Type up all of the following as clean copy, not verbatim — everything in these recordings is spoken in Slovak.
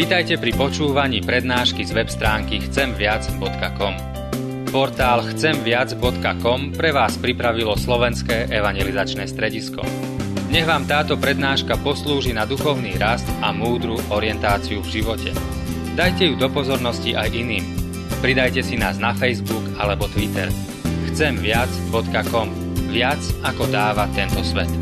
Vitajte pri počúvaní prednášky z web stránky chcemviac.com. Portál chcemviac.com pre vás pripravilo Slovenské evangelizačné stredisko. Nech vám táto prednáška poslúži na duchovný rast a múdru orientáciu v živote. Dajte ju do pozornosti aj iným. Pridajte si nás na Facebook alebo Twitter. chcemviac.com. Viac ako dáva tento svet.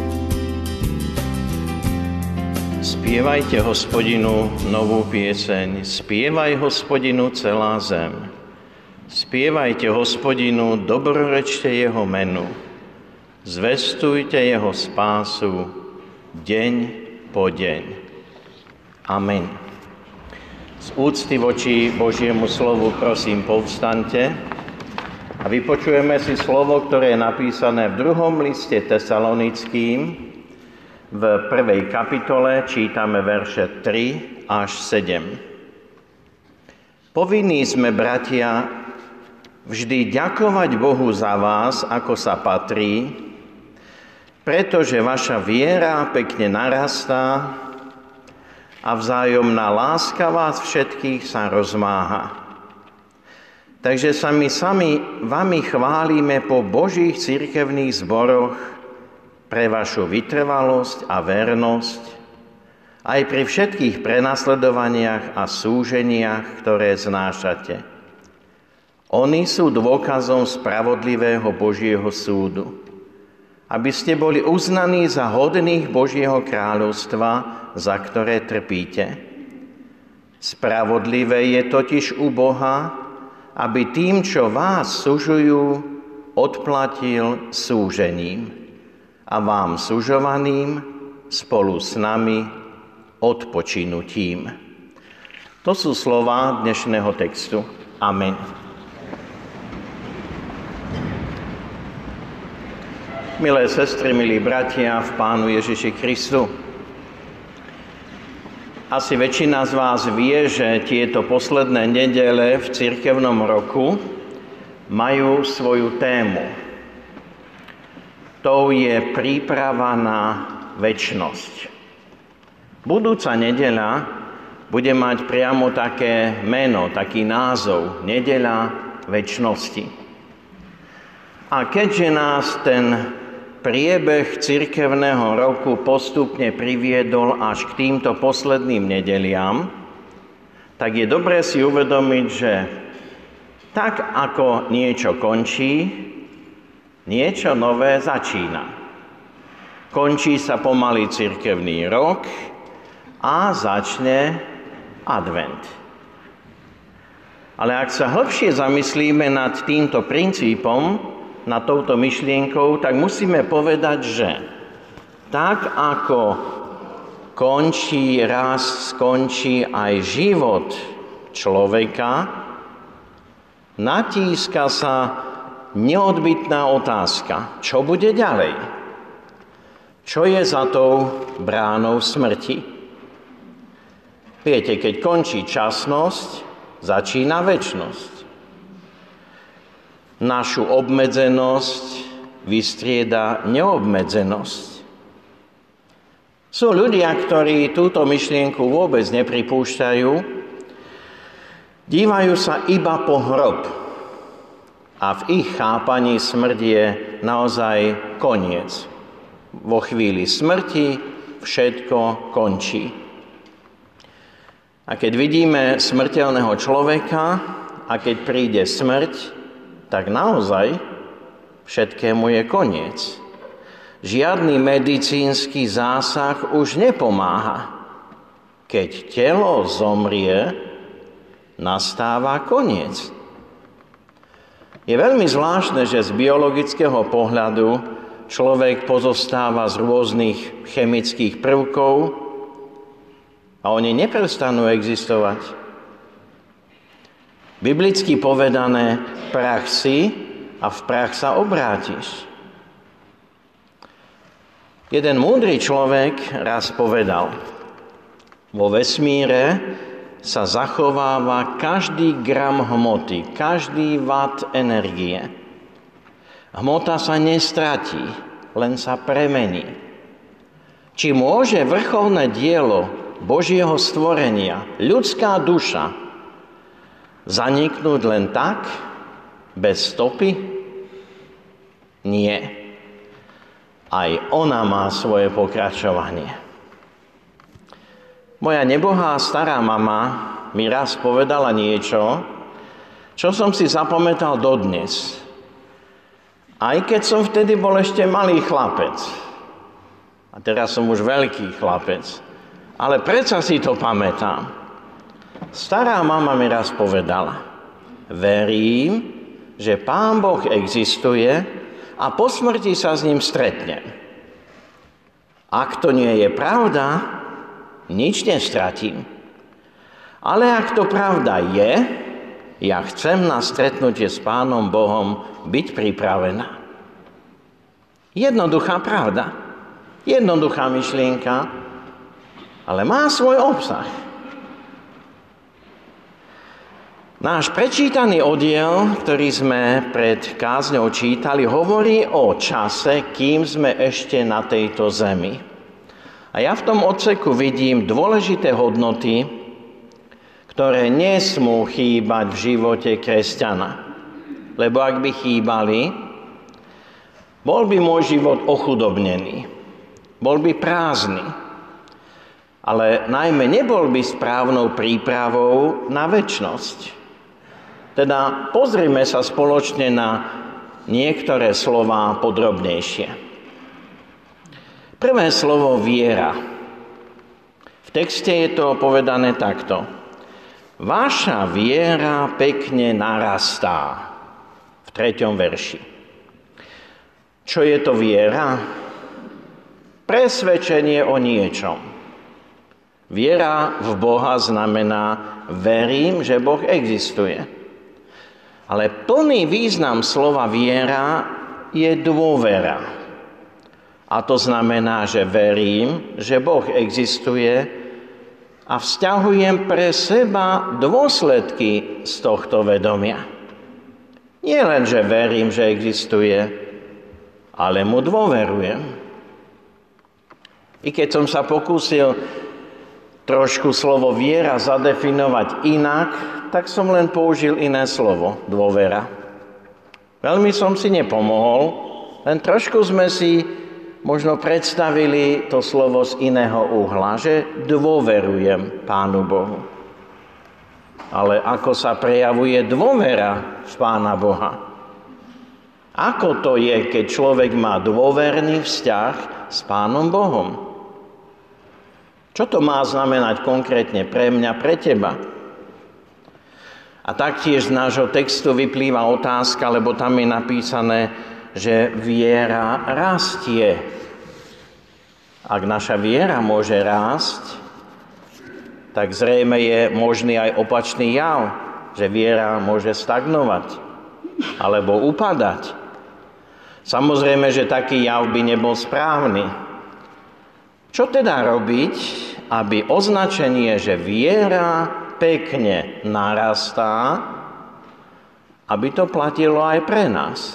Spievajte Hospodinu novú pieseň, spievaj Hospodinu celá zem. Spievajte Hospodinu, dobrorečte jeho menu. Zvestujte jeho spásu deň po deň. Amen. Z úcty voči Božiemu slovu prosím povstaňte a vypočujeme si slovo, ktoré je napísané v 2. liste Tesalonickým. V 1. kapitole čítame verše 3 až 7. Povinní sme, bratia, vždy ďakovať Bohu za vás, ako sa patrí, pretože vaša viera pekne narastá a vzájomná láska vás všetkých sa rozmáha. Takže sa my sami vami chválime po Božích cirkevných zboroch pre vašu vytrvalosť a vernosť, aj pri všetkých prenasledovaniach a súženiach, ktoré znášate. Oni sú dôkazom spravodlivého Božieho súdu, aby ste boli uznaní za hodných Božieho kráľovstva, za ktoré trpíte. Spravodlivé je totiž u Boha, aby tým, čo vás sužujú, odplatil súžením a vám sužovaným spolu s nami odpočinutím. To sú slová dnešného textu. Amen. Milé sestry, milí bratia v Pánu Ježiši Kristu, asi väčšina z vás vie, že tieto posledné nedele v cirkevnom roku majú svoju tému. To je príprava na večnosť. Budúca nedeľa bude mať priamo také meno, taký názov, Nedeľa večnosti. A keďže nás ten priebeh cirkevného roku postupne priviedol až k týmto posledným nedeliam, tak je dobré si uvedomiť, že tak ako niečo končí, niečo nové začína. Končí sa pomaly cirkevný rok a začne advent. Ale ak sa hlbšie zamyslíme nad týmto princípom, nad touto myšlienkou, tak musíme povedať, že tak ako končí raz, skončí aj život človeka, natíska sa neodbytná otázka, čo bude ďalej? Čo je za tou bránou smrti? Viete, keď končí časnosť, začína večnosť. Našu obmedzenosť vystrieda neobmedzenosť. Sú ľudia, ktorí túto myšlienku vôbec nepripúšťajú, dívajú sa iba po hrob. A v ich chápaní smrť je naozaj koniec. Vo chvíli smrti všetko končí. A keď vidíme smrteľného človeka a keď príde smrť, tak naozaj všetkému je koniec. Žiadny medicínsky zásah už nepomáha. Keď telo zomrie, nastáva koniec. Je veľmi zvláštne, že z biologického pohľadu človek pozostáva z rôznych chemických prvkov a oni neprestanú existovať. Biblicky povedané, prach si a v prach sa obrátiš. Jeden múdry človek raz povedal, vo vesmíre sa zachováva každý gram hmoty, každý watt energie. Hmota sa nestratí, len sa premení. Či môže vrcholné dielo Božieho stvorenia, ľudská duša, zaniknúť len tak, bez stopy? Nie. Aj ona má svoje pokračovanie. Moja nebohá stará mama mi raz povedala niečo, čo som si zapamätal dodnes. Aj keď som vtedy bol ešte malý chlapec. A teraz som už veľký chlapec. Ale predsa si to pamätám. Stará mama mi raz povedala: verím, že Pán Boh existuje a po smrti sa s ním stretnem. Ak to nie je pravda, nič nestratím. Ale ak to pravda je, ja chcem na stretnutie s Pánom Bohom byť pripravená. Jednoduchá pravda, jednoduchá myšlienka, ale má svoj obsah. Náš prečítaný oddiel, ktorý sme pred kázňou čítali, hovorí o čase, kým sme ešte na tejto zemi. A ja v tom odseku vidím dôležité hodnoty, ktoré nesmú chýbať v živote kresťana. Lebo ak by chýbali, bol by môj život ochudobnený. Bol by prázdny. Ale najmä nebol by správnou prípravou na večnosť. Teda pozrime sa spoločne na niektoré slová podrobnejšie. Prvé slovo viera. V texte je to povedané takto. Vaša viera pekne narastá. V 3. verši. Čo je to viera? Presvedčenie o niečom. Viera v Boha znamená verím, že Boh existuje. Ale plný význam slova viera je dôvera. A to znamená, že verím, že Boh existuje a vzťahujem pre seba dôsledky z tohto vedomia. Nie len, že verím, že existuje, ale mu dôverujem. I keď som sa pokúsil trošku slovo viera zadefinovať inak, tak som len použil iné slovo, dôvera. Veľmi som si nepomohol, len trošku sme si možno predstavili to slovo z iného uhla, že dôverujem Pánu Bohu. Ale ako sa prejavuje dôvera v Pána Boha? Ako to je, keď človek má dôverný vzťah s Pánom Bohom? Čo to má znamenať konkrétne pre mňa, pre teba? A taktiež z nášho textu vyplýva otázka, lebo tam je napísané, že viera rastie. Ak naša viera môže rásť, tak zrejme je možný aj opačný jav, že viera môže stagnovať alebo upadať. Samozrejme, že taký jav by nebol správny. Čo teda robiť, aby označenie, že viera pekne narastá, aby to platilo aj pre nás?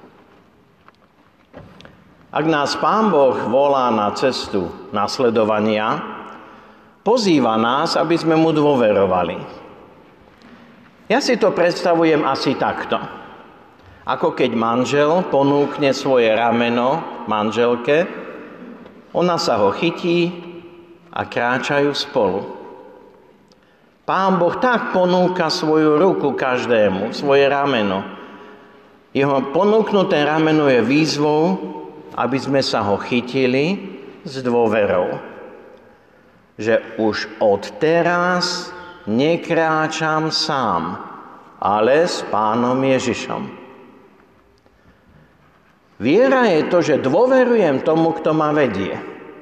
Ak nás Pán Boh volá na cestu nasledovania, pozýva nás, aby sme mu dôverovali. Ja si to predstavujem asi takto. Ako keď manžel ponúkne svoje rameno manželke, ona sa ho chytí a kráčajú spolu. Pán Boh tak ponúka svoju ruku každému, svoje rameno. Jeho ponúknuté rameno je výzvou, aby sme sa ho chytili s dôverou. Že už od teraz nekráčam sám, ale s Pánom Ježišom. Viera je to, že dôverujem tomu, kto ma vedie.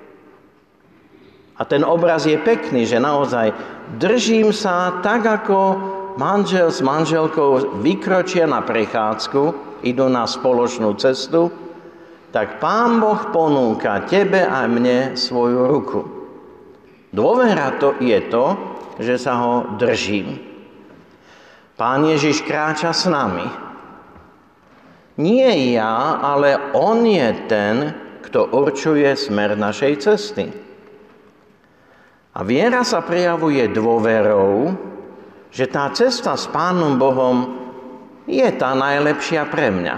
A ten obraz je pekný, že naozaj držím sa tak, ako manžel s manželkou vykročia na prechádzku, idú na spoločnú cestu, tak Pán Boh ponúka tebe a mne svoju ruku. Dôvera to je to, že sa ho držím. Pán Ježiš kráča s nami. Nie ja, ale on je ten, kto určuje smer našej cesty. A viera sa prejavuje dôverou, že tá cesta s Pánom Bohom je tá najlepšia pre mňa.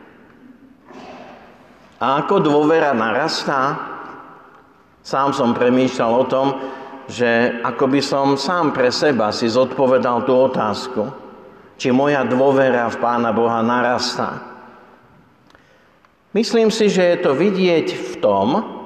A ako dôvera narastá, sám som premýšľal o tom, že ako by som sám pre seba si zodpovedal tú otázku, či moja dôvera v Pána Boha narastá. Myslím si, že je to vidieť v tom,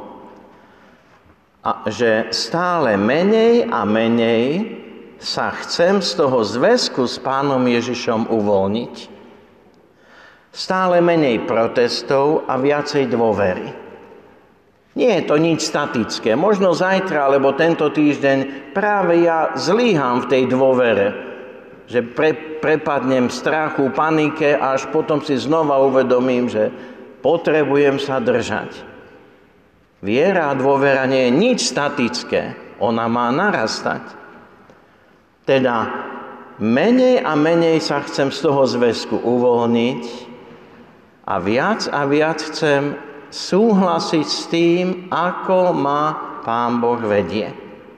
že stále menej a menej sa chcem z toho zväzku s Pánom Ježišom uvoľniť. Stále menej protestov a viacej dôvery. Nie je to nič statické. Možno zajtra, alebo tento týždeň práve ja zlyhám v tej dôvere, že prepadnem strachu, panike a až potom si znova uvedomím, že potrebujem sa držať. Viera a dôvera nie je nič statické. Ona má narastať. Teda menej a menej sa chcem z toho zväzku uvoľniť a viac chcem súhlasiť s tým, ako ma Pán Boh vedie.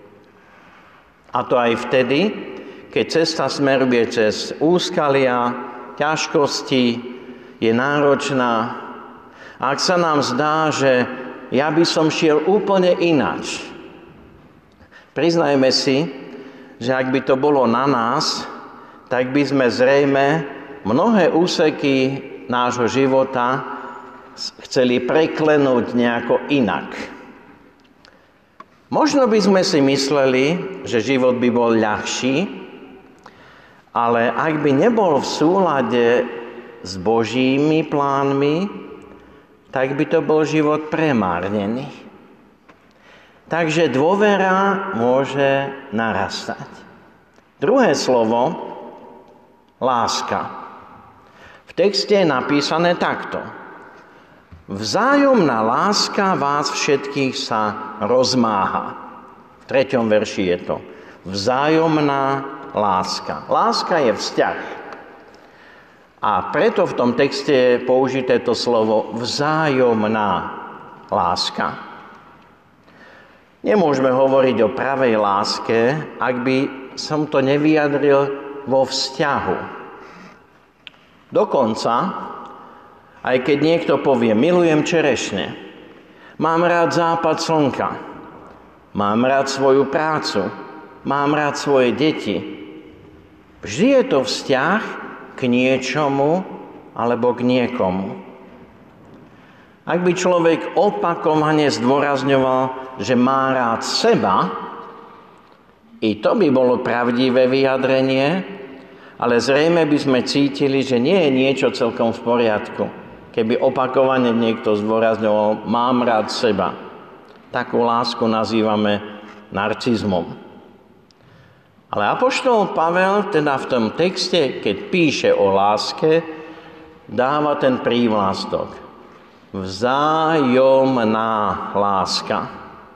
A to aj vtedy, keď cesta smeruje cez úskalia, ťažkosti, je náročná. Ak sa nám zdá, že ja by som šiel úplne ináč. Priznajme si, že ak by to bolo na nás, tak by sme zrejme mnohé úseky nášho života chceli preklenúť nejako inak. Možno by sme si mysleli, že život by bol ľahší, ale ak by nebol v súlade s Božími plánmi, tak by to bol život premárnený. Takže dôvera môže narastať. Druhé slovo, láska. V texte je napísané takto. Vzájomná láska vás všetkých sa rozmáha. V 3. verši je to. Vzájomná láska. Láska je vzťah. A preto v tom texte je použité to slovo vzájomná láska. Nemôžeme hovoriť o pravej láske, ak by som to nevyjadril vo vzťahu. Dokonca, aj keď niekto povie, milujem čerešne, mám rád západ slnka, mám rád svoju prácu, mám rád svoje deti. Vždy je to vzťah k niečomu alebo k niekomu. Ak by človek opakovane zdôrazňoval, že má rád seba, i to by bolo pravdivé vyjadrenie, ale zrejme by sme cítili, že nie je niečo celkom v poriadku, keby opakovane niekto zdôrazňoval, mám rád seba. Takú lásku nazývame narcizmom. Ale apoštol Pavel teda v tom texte, keď píše o láske, dáva ten prívlastok. Vzájomná láska.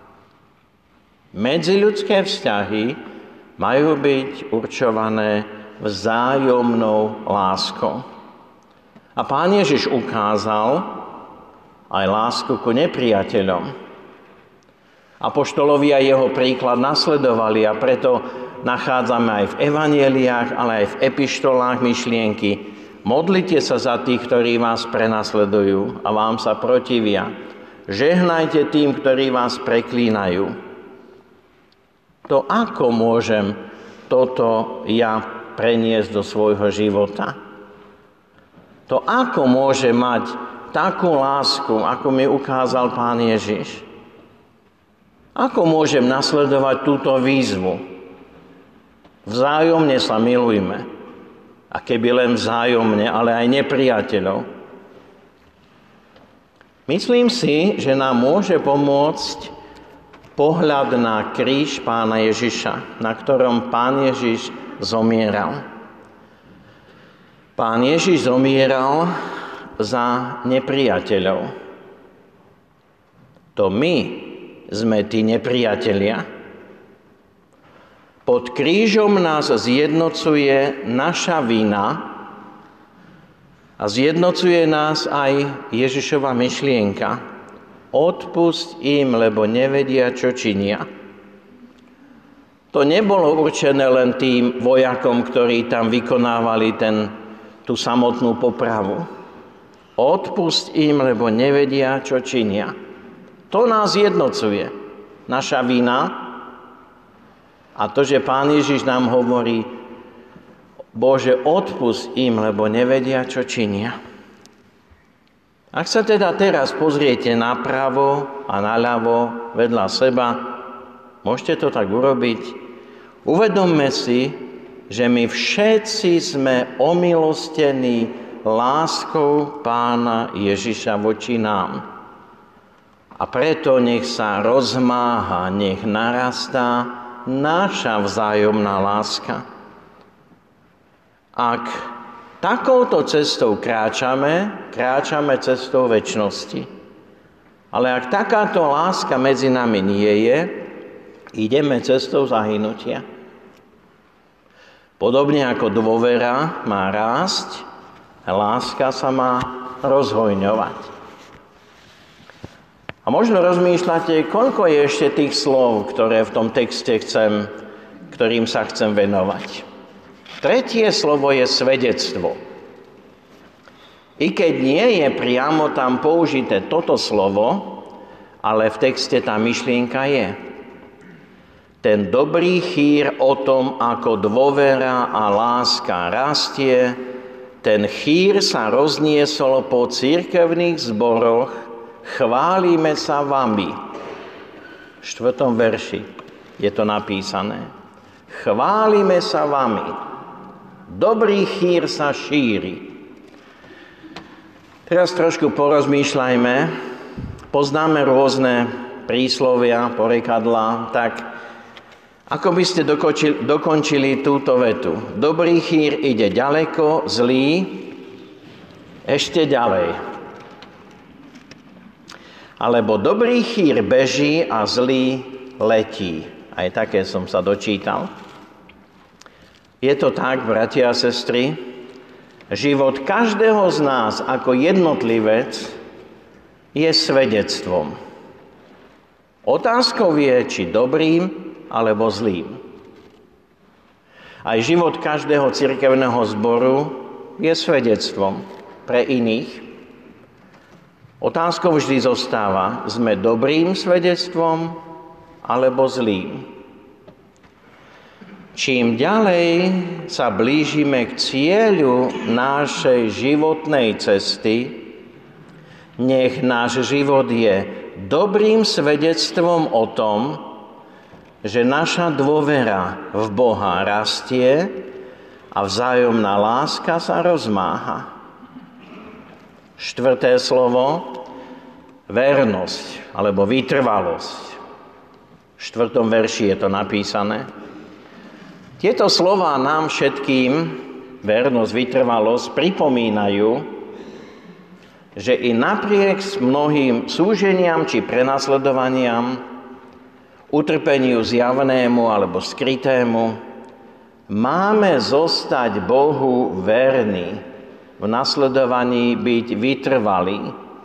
Medziľudské vzťahy majú byť určované vzájomnou láskou. A Pán Ježiš ukázal aj lásku ku nepriateľom. Apoštolovia jeho príklad nasledovali a preto nachádzame aj v evanjeliách, ale aj v epištolách myšlienky. Modlite sa za tých, ktorí vás prenasledujú a vám sa protivia. Žehnajte tým, ktorí vás preklínajú. To ako môžem toto ja preniesť do svojho života? To ako môže mať takú lásku, ako mi ukázal Pán Ježiš? Ako môžem nasledovať túto výzvu? Vzájomne sa milujme. A keby len vzájomne, ale aj nepriateľov. Myslím si, že nám môže pomôcť pohľad na kríž Pána Ježiša, na ktorom Pán Ježiš zomieral. Pán Ježiš zomieral za nepriateľov. To my sme tí nepriatelia. Pod krížom nás zjednocuje naša vina a zjednocuje nás aj Ježišova myšlienka. Odpusť im, lebo nevedia, čo činia. To nebolo určené len tým vojakom, ktorí tam vykonávali tú samotnú popravu. Odpusť im, lebo nevedia, čo činia. To nás jednocuje. Naša vina a to, že Pán Ježiš nám hovorí, Bože, odpusť im, lebo nevedia, čo činia. Ak sa teda teraz pozriete napravo a naľavo vedľa seba, môžete to tak urobiť. Uvedomme si, že my všetci sme omilostení láskou Pána Ježiša voči nám. A preto nech sa rozmáha, nech narastá naša vzájomná láska. Ak takouto cestou kráčame cestou večnosti. Ale ak takáto láska medzi nami nie je, ideme cestou zahynutia. Podobne ako dôvera má rásť, láska sa má rozhojňovať. A možno rozmýšľate, koľko je ešte tých slov, ktoré v tom texte ktorým sa chcem venovať. Tretie slovo je svedectvo. I keď nie je priamo tam použité toto slovo, ale v texte tá myšlienka je. Ten dobrý chýr o tom, ako dôvera a láska rastie, ten chýr sa rozniesol po cirkevných zboroch, chválime sa vami. V 4. verši je to napísané. Chválime sa vami. Dobrý chýr sa šíri. Teraz trošku porozmýšľajme. Poznáme rôzne príslovia, porekadlá, tak ako by ste dokončili túto vetu? Dobrý chýr ide ďaleko, zlý ešte ďalej. Alebo dobrý chýr beží a zlý letí. Aj také som sa dočítal. Je to tak, bratia a sestry, život každého z nás ako jednotlivec je svedectvom. Otázkou je, či dobrým alebo zlým. Aj život každého cirkevného zboru je svedectvom pre iných. Otázkou vždy zostáva, sme dobrým svedectvom alebo zlým. Čím ďalej sa blížime k cieľu našej životnej cesty, nech náš život je dobrým svedectvom o tom, že naša dôvera v Boha rastie a vzájomná láska sa rozmáha. 4. slovo, vernosť alebo vytrvalosť. V 4. verši je to napísané. Tieto slová nám všetkým, vernosť, vytrvalosť, pripomínajú, že i napriek mnohým súženiam či prenasledovaniam, utrpeniu zjavnému alebo skrytému, máme zostať Bohu verní, v nasledovaní byť vytrvalí.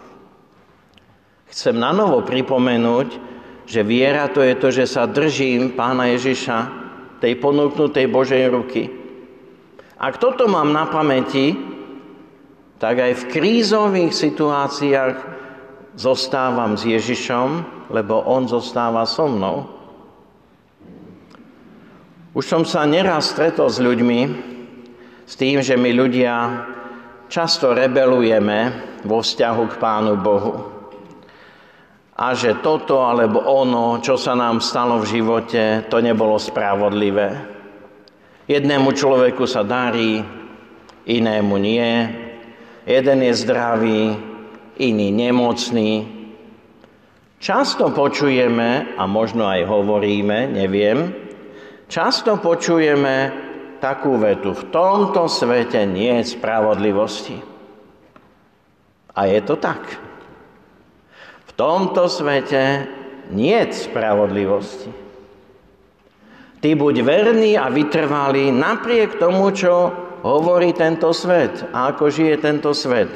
Chcem nanovo pripomenúť, že viera to je to, že sa držím Pána Ježiša, tej ponúknutej Božej ruky. Ak toto mám na pamäti, tak aj v krízových situáciách zostávam s Ježišom, lebo on zostáva so mnou. Už som sa neraz stretol s ľuďmi, s tým, že my ľudia často rebelujeme vo vzťahu k Pánu Bohu. A že toto alebo ono, čo sa nám stalo v živote, to nebolo spravodlivé. Jednému človeku sa darí, inému nie. Jeden je zdravý, iný nemocný. Často počujeme, a možno aj hovoríme, neviem, často počujeme takú vetu, v tomto svete nie je spravodlivosti. A je to tak. V tomto svete nie je spravodlivosti. Ty buď verný a vytrvalý napriek tomu, čo hovorí tento svet a ako žije tento svet.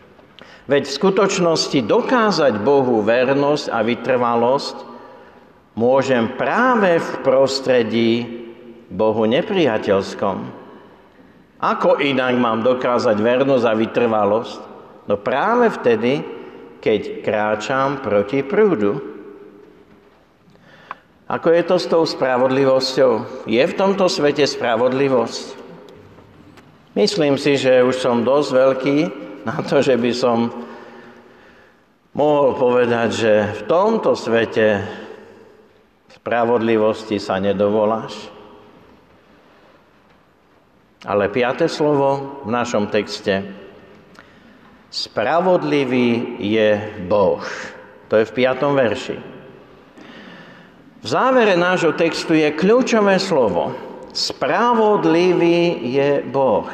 Veď v skutočnosti dokázať Bohu vernosť a vytrvalosť môžem práve v prostredí Bohu nepriateľskom. Ako inak mám dokázať vernosť a vytrvalosť? No práve vtedy, keď kráčam proti prúdu. Ako je to s tou spravodlivosťou? Je v tomto svete spravodlivosť? Myslím si, že už som dosť veľký na to, že by som mohol povedať, že v tomto svete spravodlivosti sa nedovoláš. Ale 5. slovo v našom texte. Spravodlivý je Boh. To je v 5. verši. V závere nášho textu je kľúčové slovo. Spravodlivý je Boh.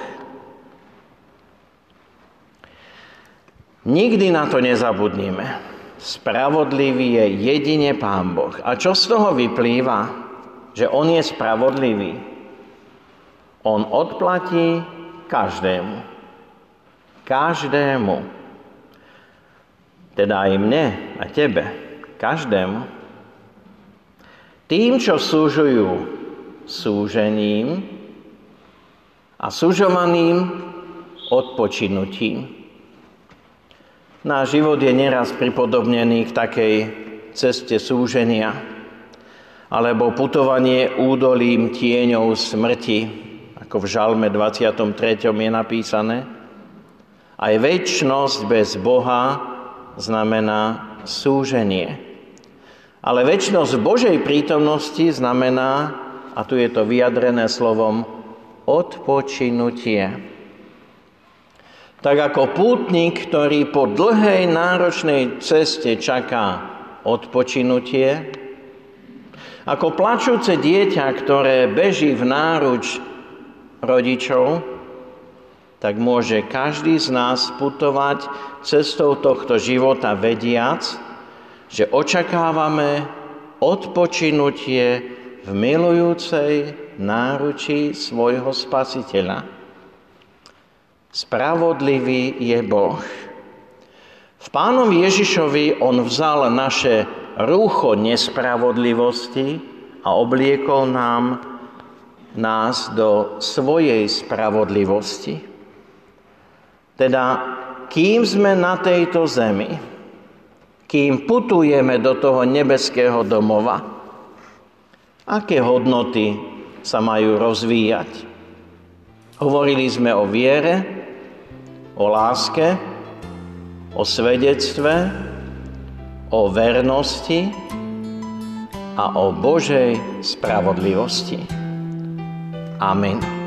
Nikdy na to nezabudnime. Spravodlivý je jedine Pán Boh. A čo z toho vyplýva? Že on je spravodlivý. On odplatí každému. Každému. Teda aj mne a tebe. Každému. Tým, čo súžujú súžením a súžovaným odpočinutím. Náš život je neraz pripodobnený k takej ceste súženia alebo putovanie údolím tieňov smrti, ako v Žalme 23. je napísané. Aj večnosť bez Boha znamená súženie. Ale večnosť v Božej prítomnosti znamená, a tu je to vyjadrené slovom, odpočinutie. Tak ako pútnik, ktorý po dlhej náročnej ceste čaká odpočinutie, ako plačúce dieťa, ktoré beží v náruč rodičov, tak môže každý z nás putovať cestou tohto života vediac, že očakávame odpočinutie v milujúcej náručí svojho Spasiteľa. Spravodlivý je Boh. V Pánovi Ježišovi on vzal naše rúcho nespravodlivosti a obliekol nás do svojej spravodlivosti. Teda, kým sme na tejto zemi, kým putujeme do toho nebeského domova, aké hodnoty sa majú rozvíjať? Hovorili sme o viere, o láske, o svedectve, o vernosti a o Božej spravodlivosti. Amen.